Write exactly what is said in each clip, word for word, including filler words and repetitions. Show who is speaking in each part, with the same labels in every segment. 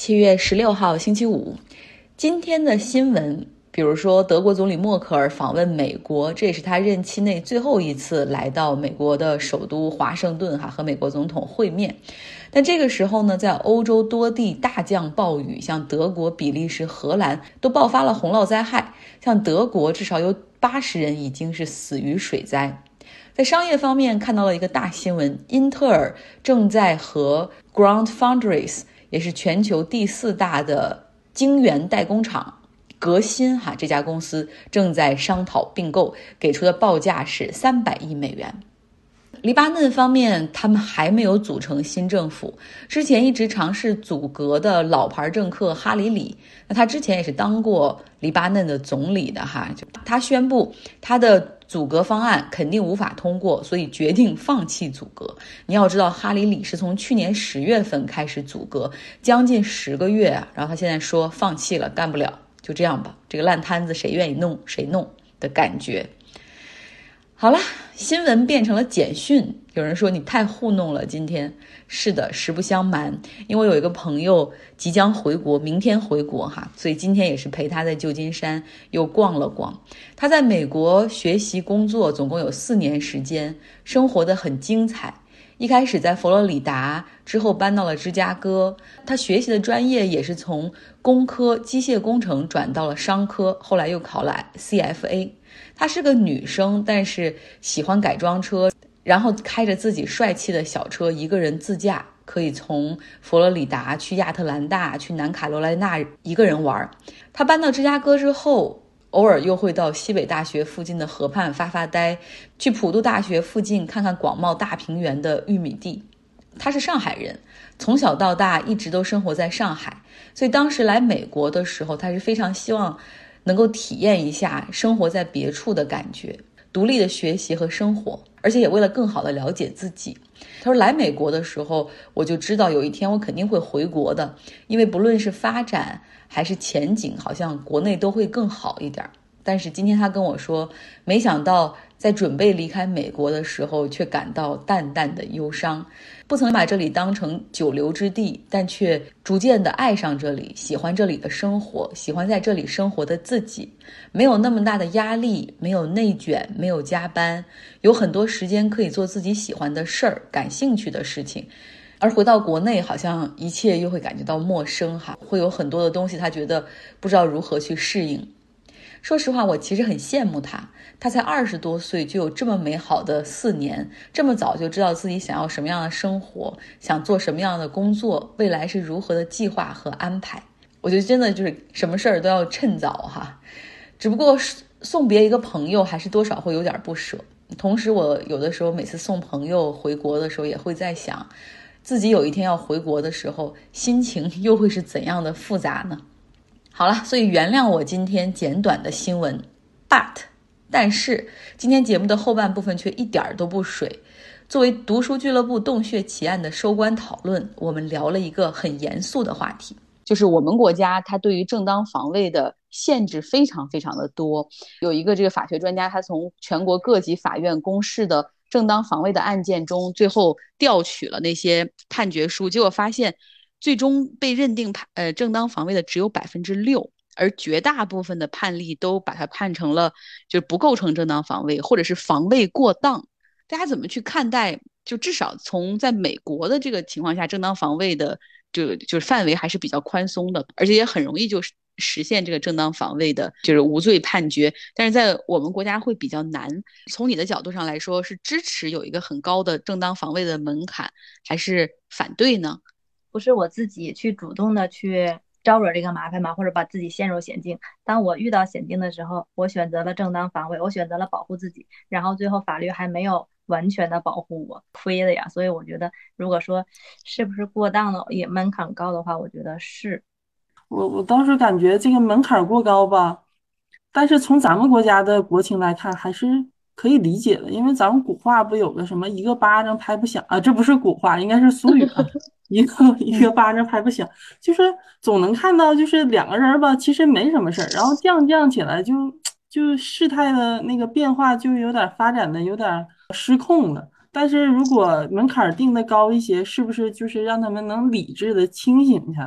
Speaker 1: 七月十六号星期五，今天的新闻，比如说德国总理默克尔访问美国，这也是他任期内最后一次来到美国的首都华盛顿哈，和美国总统会面。但这个时候呢，在欧洲多地大降暴雨，像德国、比利时、荷兰都爆发了洪涝灾害，像德国至少有八十人已经是死于水灾。在商业方面看到了一个大新闻，英特尔正在和 Ground Foundries， 也是全球第四大的晶圆代工厂革新哈，这家公司正在商讨并购，给出的报价是三百亿美元。黎巴嫩方面，他们还没有组成新政府。之前一直尝试组阁的老牌政客哈里里，那他之前也是当过黎巴嫩的总理的哈，就他宣布他的组阁方案肯定无法通过，所以决定放弃组阁。你要知道，哈里里是从去年十月份开始组阁，将近十个月啊，然后他现在说放弃了，干不了，就这样吧，这个烂摊子谁愿意弄谁弄的感觉。好了，新闻变成了简讯。有人说你太糊弄了，今天是的，实不相瞒，因为有一个朋友即将回国，明天回国哈，所以今天也是陪他在旧金山又逛了逛。他在美国学习工作总共有四年时间，生活得很精彩。一开始在佛罗里达，之后搬到了芝加哥。他学习的专业也是从工科机械工程转到了商科，后来又考了 C F A。她是个女生，但是喜欢改装车，然后开着自己帅气的小车，一个人自驾，可以从佛罗里达去亚特兰大，去南卡罗来纳一个人玩。她搬到芝加哥之后，偶尔又会到西北大学附近的河畔发发呆，去普渡大学附近看看广袤大平原的玉米地。他是上海人，从小到大一直都生活在上海，所以当时来美国的时候，他是非常希望能够体验一下生活在别处的感觉，独立的学习和生活，而且也为了更好的了解自己。他说来美国的时候，我就知道有一天我肯定会回国的，因为不论是发展还是前景，好像国内都会更好一点。但是今天他跟我说，没想到在准备离开美国的时候，却感到淡淡的忧伤，不曾把这里当成久留之地，但却逐渐的爱上这里，喜欢这里的生活，喜欢在这里生活的自己，没有那么大的压力，没有内卷，没有加班，有很多时间可以做自己喜欢的事儿，感兴趣的事情。而回到国内，好像一切又会感觉到陌生哈，会有很多的东西他觉得不知道如何去适应。说实话，我其实很羡慕他，他才二十多岁就有这么美好的四年，这么早就知道自己想要什么样的生活，想做什么样的工作，未来是如何的计划和安排。我觉得真的就是什么事儿都要趁早哈。只不过送别一个朋友，还是多少会有点不舍。同时，我有的时候每次送朋友回国的时候，也会在想，自己有一天要回国的时候，心情又会是怎样的复杂呢？好了，所以原谅我今天简短的新闻 ，but 但是今天节目的后半部分却一点都不水。作为读书俱乐部洞穴奇案的收官讨论，我们聊了一个很严肃的话题，就是我们国家它对于正当防卫的限制非常非常的多。有一个这个法学专家，他从全国各级法院公示的正当防卫的案件中，最后调取了那些判决书，结果发现最终被认定呃正当防卫的只有百分之六，而绝大部分的判例都把它判成了就是不构成正当防卫，或者是防卫过当。大家怎么去看待？就至少从在美国的这个情况下，正当防卫的就就是范围还是比较宽松的，而且也很容易就实现这个正当防卫的就是无罪判决。但是在我们国家会比较难。从你的角度上来说，是支持有一个很高的正当防卫的门槛，还是反对呢？
Speaker 2: 不是我自己去主动的去招惹这个麻烦嘛，或者把自己陷入险境。当我遇到险境的时候，我选择了正当防卫，我选择了保护自己，然后最后法律还没有完全的保护我，亏的呀。所以我觉得，如果说是不是过当了，也门槛高的话，我觉得是。
Speaker 3: 我我倒是感觉这个门槛过高吧，但是从咱们国家的国情来看，还是可以理解的，因为咱们古话不有个什么一个巴掌拍不响啊，这不是古话，应该是俗语啊，一个一个巴掌拍不响，就是总能看到，就是两个人吧，其实没什么事儿，然后犟犟起来就就事态的那个变化就有点发展的有点失控了。但是如果门槛定的高一些，是不是就是让他们能理智的清醒下来？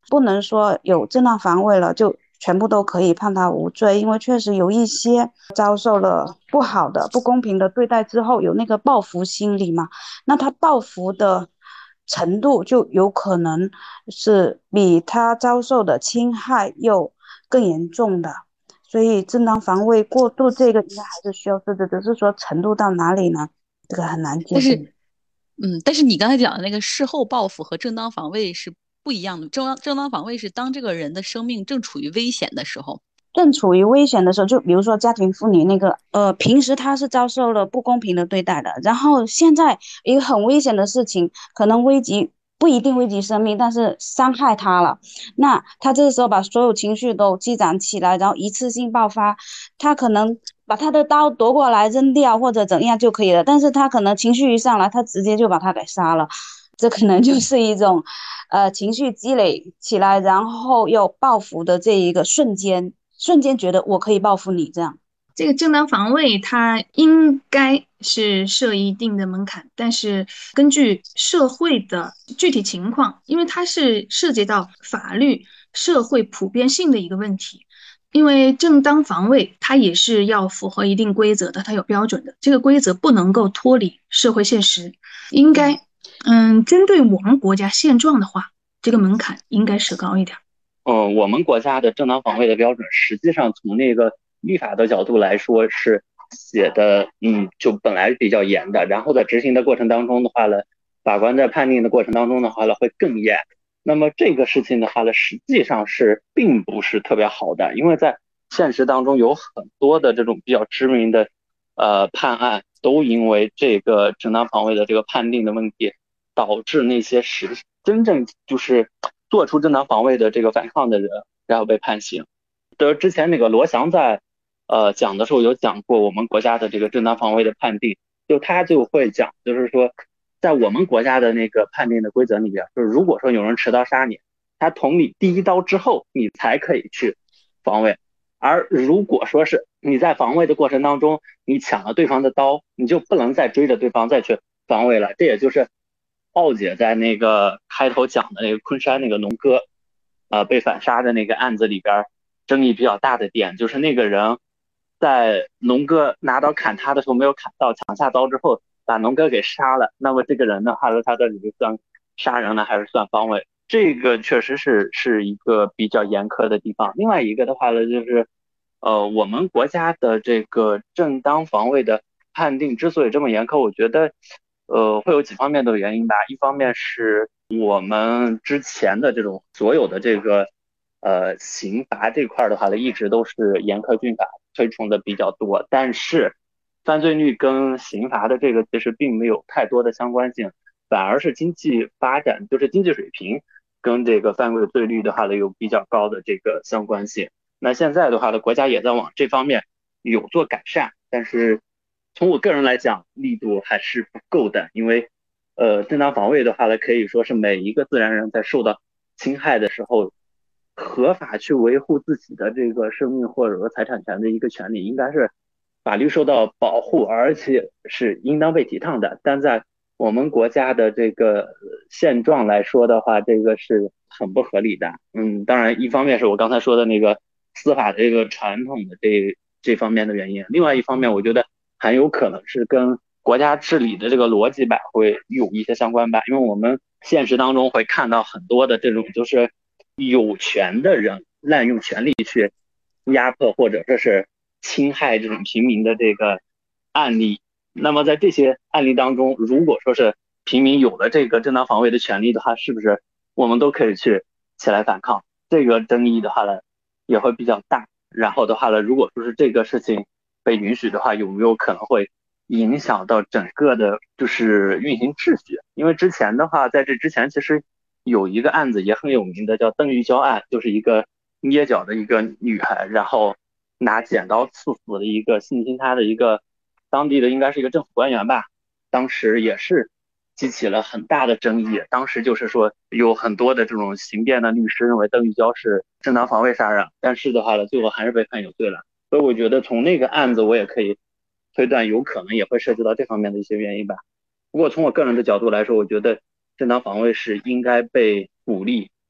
Speaker 4: 不能说有正当防卫了就全部都可以判他无罪，因为确实有一些遭受了不好的不公平的对待之后有那个报复心理嘛，那他报复的程度就有可能是比他遭受的侵害又更严重的，所以正当防卫过度这个应该还是需要治的，只是说程度到哪里呢？这个很难界定。
Speaker 1: 但是，嗯，但是你刚才讲的那个事后报复和正当防卫是不一样的。正当正当防卫是当这个人的生命正处于危险的时候。
Speaker 4: 正处于危险的时候，就比如说家庭妇女那个，呃，平时她是遭受了不公平的对待的，然后现在一个很危险的事情，可能危及不一定危及生命，但是伤害她了，那她这个时候把所有情绪都积攒起来，然后一次性爆发，她可能把她的刀夺过来扔掉或者怎样就可以了，但是她可能情绪一上来，她直接就把他给杀了，这可能就是一种，呃，情绪积累起来，然后又报复的这一个瞬间。瞬间觉得我可以报复你，这样。
Speaker 5: 这个正当防卫它应该是设一定的门槛，但是根据社会的具体情况，因为它是涉及到法律社会普遍性的一个问题，因为正当防卫它也是要符合一定规则的，它有标准的，这个规则不能够脱离社会现实，应该嗯，针对我们国家现状的话，这个门槛应该设高一点。
Speaker 6: 嗯，我们国家的正当防卫的标准，实际上从那个立法的角度来说是写的，嗯，就本来比较严的，然后在执行的过程当中的话呢，法官在判定的过程当中的话呢会更严。那么这个事情的话呢，实际上是并不是特别好的，因为在现实当中有很多的这种比较知名的呃判案，都因为这个正当防卫的这个判定的问题，导致那些实真正就是做出正当防卫的这个反抗的人，然后被判刑。的之前那个罗翔在呃讲的时候有讲过我们国家的这个正当防卫的判定，就他就会讲，就是说在我们国家的那个判定的规则里边，就是如果说有人持刀杀你，他捅你第一刀之后，你才可以去防卫。而如果说是你在防卫的过程当中，你抢了对方的刀，你就不能再追着对方再去防卫了。这也就是奥姐在那个开头讲的那个昆山那个龙哥，呃，被反杀的那个案子里边，争议比较大的点就是那个人在龙哥拿刀砍他的时候没有砍到，抢下刀之后把龙哥给杀了。那么这个人呢，还是他到底是算杀人呢，还是算防卫？这个确实是是一个比较严苛的地方。另外一个的话呢，就是呃，我们国家的这个正当防卫的判定之所以这么严苛，我觉得。呃，会有几方面的原因吧。一方面是我们之前的这种所有的这个呃刑罚这块的话呢，一直都是严苛峻法推崇的比较多，但是犯罪率跟刑罚的这个其实并没有太多的相关性，反而是经济发展，就是经济水平跟这个犯罪率的话呢有比较高的这个相关性。那现在的话呢，国家也在往这方面有做改善，但是从我个人来讲，力度还是不够的，因为，呃，正当防卫的话呢，可以说是每一个自然人在受到侵害的时候，合法去维护自己的这个生命或者说财产权的一个权利，应该是法律受到保护，而且是应当被提倡的。但在我们国家的这个现状来说的话，这个是很不合理的。嗯，当然，一方面是我刚才说的那个司法的这个传统的这这方面的原因，另外一方面，我觉得。很有可能是跟国家治理的这个逻辑吧会有一些相关吧，因为我们现实当中会看到很多的这种就是有权的人滥用权力去压迫或者说是侵害这种平民的这个案例。那么在这些案例当中，如果说是平民有了这个正当防卫的权利的话，是不是我们都可以去起来反抗？这个争议的话呢也会比较大。然后的话呢，如果说是这个事情被允许的话，有没有可能会影响到整个的就是运行秩序？因为之前的话，在这之前其实有一个案子也很有名的，叫邓玉娇案，就是一个捏脚的一个女孩，然后拿剪刀刺死的一个性侵她的一个当地的应该是一个政府官员吧，当时也是激起了很大的争议。当时就是说有很多的这种刑辩的律师认为邓玉娇是正当防卫杀人，但是的话呢，最后还是被判有罪了。所以我觉得从那个案子我也可以推断，有可能也会涉及到这方面的一些原因吧。不过从我个人的角度来说，我觉得正当防卫是应该被鼓励，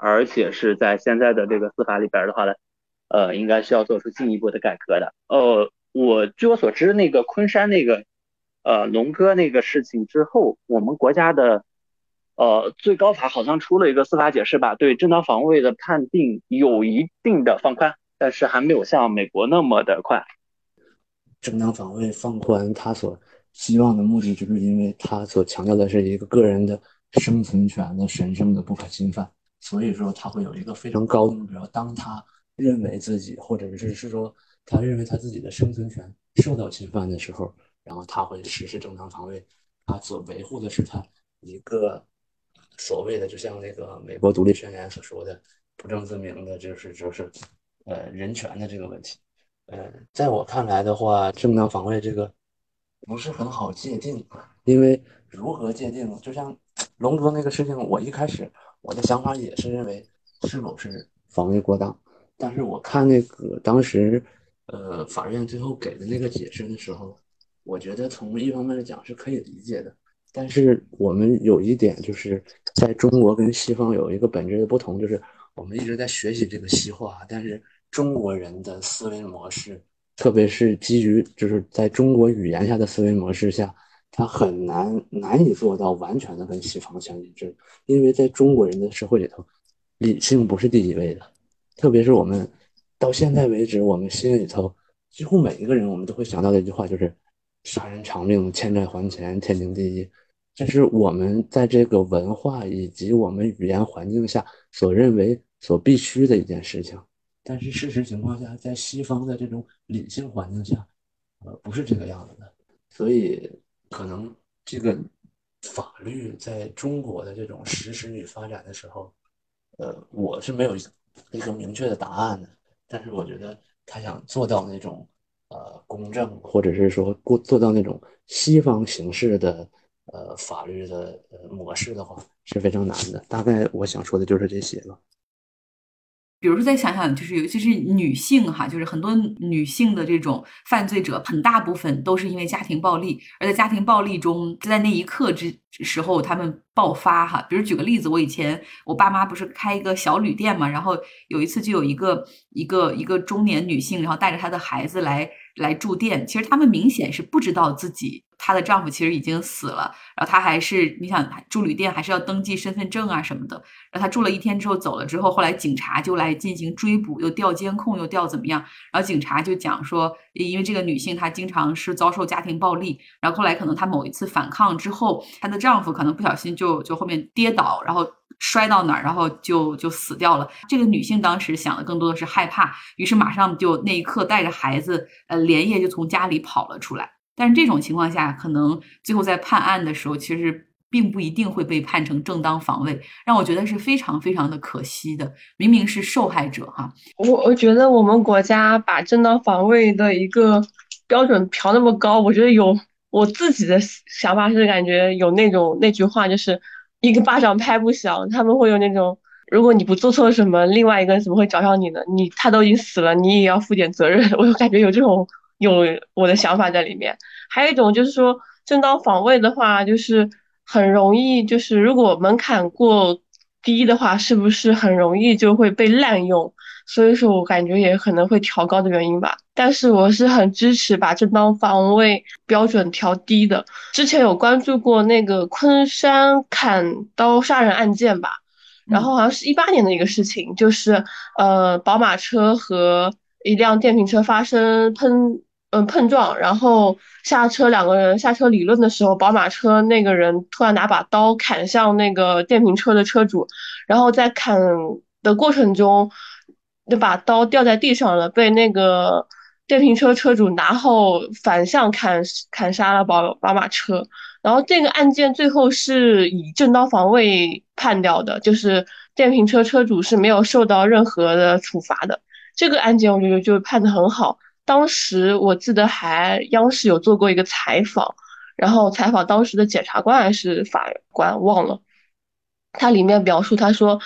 Speaker 6: 而且是在现在的这个司法里边的话呢，呃，应该需要做出进一步的改革的。呃，我据我所知，那个昆山那个呃龙哥那个事情之后，我们国家的呃最高法好像出了一个司法解释吧，对正当防卫的判定有一定的放宽，但是还没有像美国那么的快。
Speaker 7: 正当防卫放宽，他所希望的目的，就是因为他所强调的是一个个人的生存权的神圣的不可侵犯，所以说他会有一个非常高的目标。当他认为自己，或者是是说他认为他自己的生存权受到侵犯的时候，然后他会实施正当防卫。他所维护的是他一个所谓的，就像那个美国独立宣言所说的不证自明的，就是就是呃人权的这个问题。呃，在我看来的话，正当防卫这个不是很好界定，因为如何界定，就像龙哥那个事情，我一开始我的想法也是认为是否是防卫过当，但是我看那个当时呃法院最后给的那个解释的时候，我觉得从一方面来讲是可以理解的，但是我们有一点就是在中国跟西方有一个本质的不同，就是我们一直在学习这个西化，但是中国人的思维模式，特别是基于就是在中国语言下的思维模式下，它很难难以做到完全的跟西方相一致，因为在中国人的社会里头，理性不是第一位的，特别是我们到现在为止，我们心里头几乎每一个人我们都会想到的一句话就是杀人偿命，欠债还钱，天经地义。这是我们在这个文化以及我们语言环境下所认为所必须的一件事情。但是事实情况下，在西方的这种理性环境下，呃，不是这个样子的。所以可能这个法律在中国的这种实施与发展的时候，呃，我是没有一个明确的答案的。但是我觉得他想做到那种呃公正，或者是说过做到那种西方形式的呃法律的呃模式的话，是非常难的。大概我想说的就是这些了。
Speaker 1: 比如说再想想，就是尤其是女性哈，就是很多女性的这种犯罪者，很大部分都是因为家庭暴力，而在家庭暴力中，在那一刻之时候，他们爆发哈。比如举个例子，我以前我爸妈不是开一个小旅店嘛，然后有一次就有一个一个一个中年女性，然后带着她的孩子来来住店，其实他们明显是不知道自己她的丈夫其实已经死了，然后她还是你想住旅店还是要登记身份证啊什么的，然后她住了一天之后走了之后，后来警察就来进行追捕，又调监控又调怎么样，然后警察就讲说，因为这个女性她经常是遭受家庭暴力，然后后来可能她某一次反抗之后，她的丈夫可能不小心就就后面跌倒，然后摔到哪儿，然后就就死掉了。这个女性当时想的更多的是害怕，于是马上就那一刻带着孩子，呃，连夜就从家里跑了出来。但是这种情况下，可能最后在判案的时候，其实并不一定会被判成正当防卫，让我觉得是非常非常的可惜的。明明是受害者哈，
Speaker 8: 我我觉得我们国家把正当防卫的一个标准调那么高，我觉得有我自己的想法是感觉有那种那句话就是一个巴掌拍不响，他们会有那种如果你不做错什么，另外一个人怎么会找上你呢？你他都已经死了，你也要负点责任。我就感觉有这种有我的想法在里面。还有一种就是说正当防卫的话，就是很容易，就是如果门槛过低的话，是不是很容易就会被滥用？所以说我感觉也可能会调高的原因吧。但是我是很支持把正当防卫标准调低的。之前有关注过那个昆山砍刀杀人案件吧，然后好像是一八年的一个事情，就是呃宝马车和一辆电瓶车发生喷嗯碰撞，然后下车两个人下车理论的时候，宝马车那个人突然拿把刀砍向那个电瓶车的车主，然后在砍的过程中，那把刀掉在地上了，被那个电瓶车车主拿后反向砍砍杀了宝宝马车。然后这个案件最后是以正当防卫判掉的，就是电瓶车车主是没有受到任何的处罚的。这个案件我觉得就判得很好。当时我记得还央视有做过一个采访，然后采访当时的检察官还是法官忘了，他里面描述他说，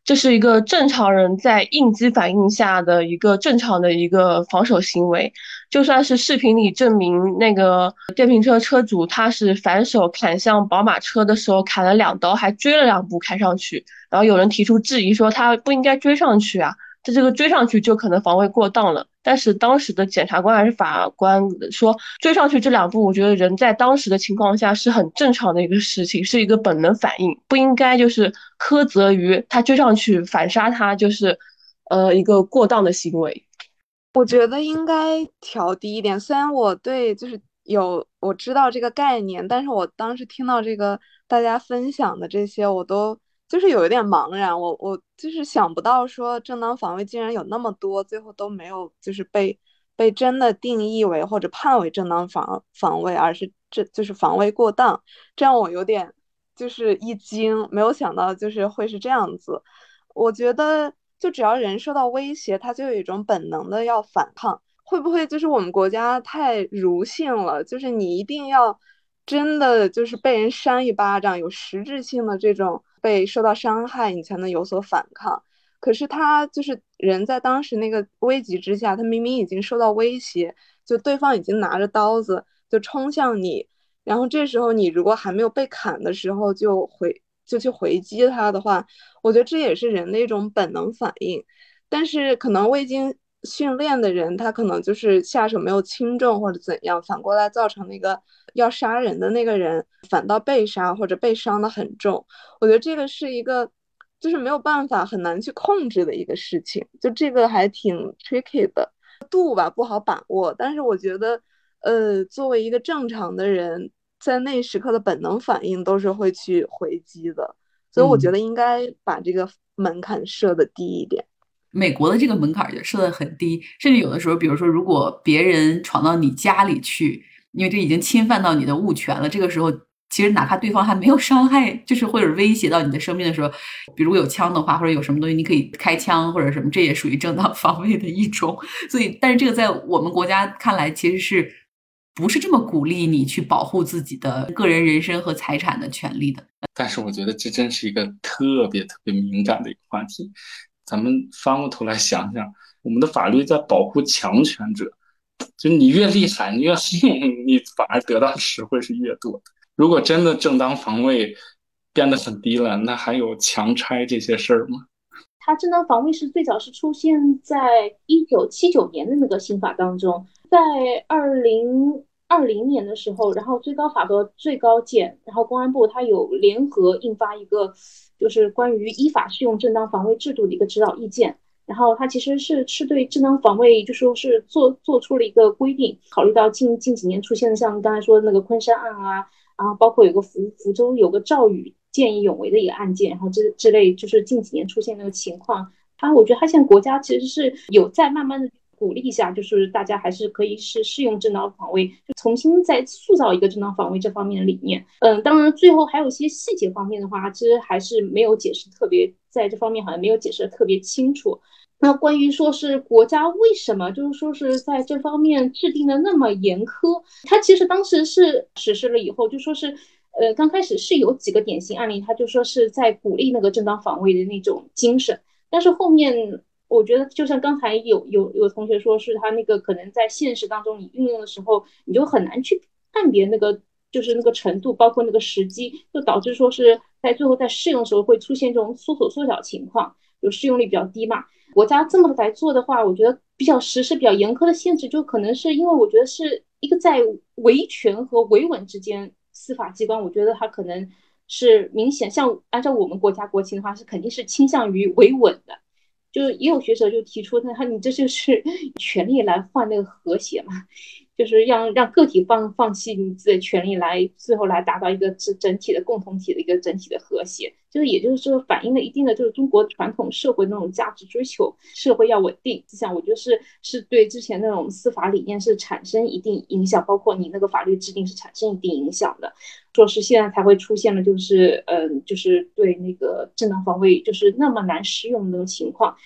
Speaker 8: 这是一个正常人在应激反应下的一个正常的一个防守行为。就算是视频里证明那个电瓶车车主他是反手砍向宝马车的时候砍了两刀，还追了两步开上去，然后有人提出质疑说他不应该追上去啊，他这个追上去就可能防卫过当了。但是当时的检察官还是法官说，追上去这两步，我觉得人在当时的情况下是很正常的一个事情，是一个本能反应，不应该就是苛责于他追上去反杀他，就是呃一个过当的行为。
Speaker 9: 我觉得应该调低一点，虽然我对就是有我知道这个概念，但是我当时听到这个大家分享的这些，我都就是有一点茫然，我我就是想不到说正当防卫竟然有那么多，最后都没有就是被被真的定义为或者判为正当防防卫，而是这就是防卫过当，这样我有点就是一惊，没有想到就是会是这样子。我觉得就只要人受到威胁，他就有一种本能的要反抗。会不会就是我们国家太儒性了？就是你一定要真的就是被人扇一巴掌，有实质性的这种被受到伤害，你才能有所反抗。可是他就是人在当时那个危急之下，他明明已经受到威胁，就对方已经拿着刀子就冲向你，然后这时候你如果还没有被砍的时候就回就去回击他的话，我觉得这也是人的一种本能反应。但是可能未经训练的人，他可能就是下手没有轻重或者怎样，反过来造成那个要杀人的那个人反倒被杀或者被伤得很重。我觉得这个是一个就是没有办法很难去控制的一个事情，就这个还挺 tricky 的，度吧不好把握。但是我觉得呃，作为一个正常的人，在那时刻的本能反应都是会去回击的，所以我觉得应该把这个门槛设的低一点。
Speaker 1: 美国的这个门槛就设得很低，甚至有的时候，比如说，如果别人闯到你家里去，因为这已经侵犯到你的物权了，这个时候，其实哪怕对方还没有伤害，就是或者威胁到你的生命的时候，比如有枪的话，或者有什么东西，你可以开枪或者什么，这也属于正当防卫的一种。所以，但是这个在我们国家看来，其实是不是这么鼓励你去保护自己的个人人身和财产的权利的。
Speaker 10: 但是我觉得这真是一个特别特别敏感的一个话题。咱们翻过头来想想，我们的法律在保护强权者，就你越厉害，你越横，你反而得到的实惠是越多的。如果真的正当防卫变得很低了，那还有强拆这些事儿吗？
Speaker 11: 它正当防卫是最早是出现在一九七九年的那个刑法当中，在二零二零年的时候，然后最高法和最高检，然后公安部它有联合印发一个就是关于依法适用正当防卫制度的一个指导意见，然后它其实是是对正当防卫就说是做做出了一个规定，考虑到近近几年出现的像刚才说的那个昆山案啊，然后包括有个福福州有个赵宇见义勇为的一个案件，然后这之类就是近几年出现那个情况，它我觉得它现在国家其实是有在慢慢的鼓励一下，就是大家还是可以是适用正当防卫，就重新再塑造一个正当防卫这方面的理念。嗯，当然最后还有一些细节方面的话，其实还是没有解释特别，在这方面好像没有解释的特别清楚。那关于说是国家为什么就是说是在这方面制定的那么严苛，它其实当时是实施了以后就说是呃，刚开始是有几个典型案例，他就说是在鼓励那个正当防卫的那种精神，但是后面我觉得就像刚才有有有同学说是他那个可能在现实当中你运用的时候，你就很难去判别那个就是那个程度，包括那个时机，就导致说是在最后在适用的时候会出现这种缩手缩脚情况，就适用率比较低嘛。国家这么来做的话，我觉得比较实施比较严苛的限制，就可能是因为我觉得是一个在维权和维稳之间，司法机关我觉得它可能是明显像按照我们国家国情的话，是肯定是倾向于维稳的。就也有学者就提出，他你这就是权力来换那个和谐嘛，就是让让个体放放弃你自己的权利来最后来达到一个整整体的共同体的一个整体的和谐，就是也就是说反映了一定的就是中国传统社会那种价值追求，社会要稳定思想，我觉得是是对之前那种司法理念是产生一定影响，包括你那个法律制定是产生一定影响的，说是现在才会出现了就是嗯、呃、就是对那个正当防卫就是那么难适用的那种情况。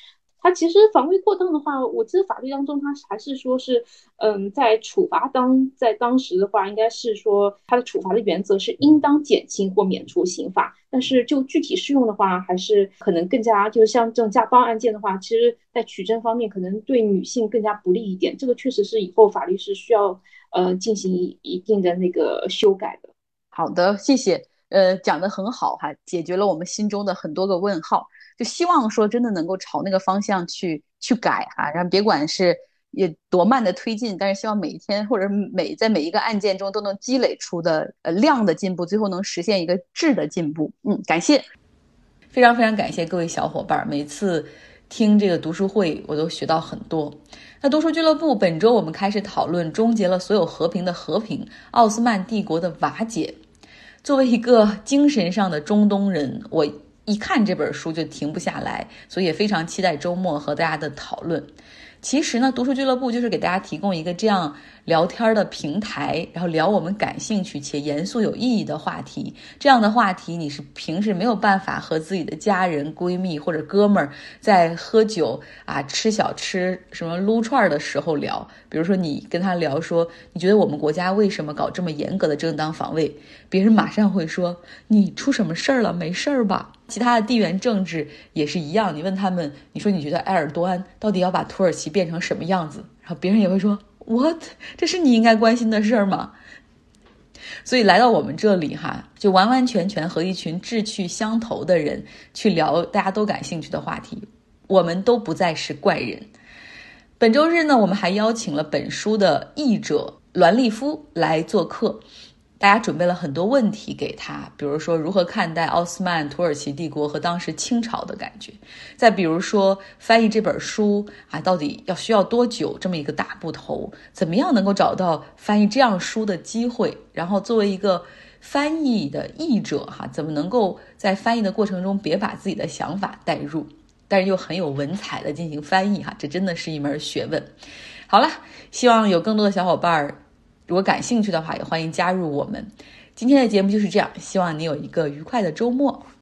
Speaker 11: 它其实防卫过当的话，我记得法律当中它还是说是，嗯，在处罚当在当时的话，应该是说它的处罚的原则是应当减轻或免除刑罚，但是就具体适用的话，还是可能更加就是像这种家暴案件的话，其实在取证方面可能对女性更加不利一点，这个确实是以后法律是需要呃进行一一定的那个修改的。
Speaker 1: 好的，谢谢。呃，讲得很好哈，解决了我们心中的很多个问号。就希望说真的能够朝那个方向去去改哈，然后别管是也多慢的推进，但是希望每一天或者每在每一个案件中都能积累出的呃量的进步，最后能实现一个质的进步。嗯，感谢，非常非常感谢各位小伙伴，每次听这个读书会我都学到很多。那读书俱乐部本周我们开始讨论终结了所有和平的和平，奥斯曼帝国的瓦解。作为一个精神上的中东人，我一看这本书就停不下来，所以也非常期待周末和大家的讨论。其实呢，读书俱乐部就是给大家提供一个这样聊天的平台，然后聊我们感兴趣且严肃有意义的话题。这样的话题你是平时没有办法和自己的家人、闺蜜或者哥们儿在喝酒啊、吃小吃、什么撸串的时候聊。比如说你跟他聊说，你觉得我们国家为什么搞这么严格的正当防卫？别人马上会说，你出什么事儿了？没事儿吧？其他的地缘政治也是一样，你问他们，你说你觉得埃尔多安到底要把土耳其变成什么样子？然后别人也会说 What？ 这是你应该关心的事儿吗？所以来到我们这里哈，就完完全全和一群志趣相投的人去聊大家都感兴趣的话题，我们都不再是怪人。本周日呢，我们还邀请了本书的译者栾立夫来做客。大家准备了很多问题给他，比如说如何看待奥斯曼土耳其帝国和当时清朝的感觉，再比如说翻译这本书啊，到底要需要多久这么一个大部头，怎么样能够找到翻译这样书的机会，然后作为一个翻译的译者哈，怎么能够在翻译的过程中别把自己的想法带入，但是又很有文采的进行翻译哈，这真的是一门学问。好了，希望有更多的小伙伴如果感兴趣的话，也欢迎加入我们。今天的节目就是这样，希望你有一个愉快的周末。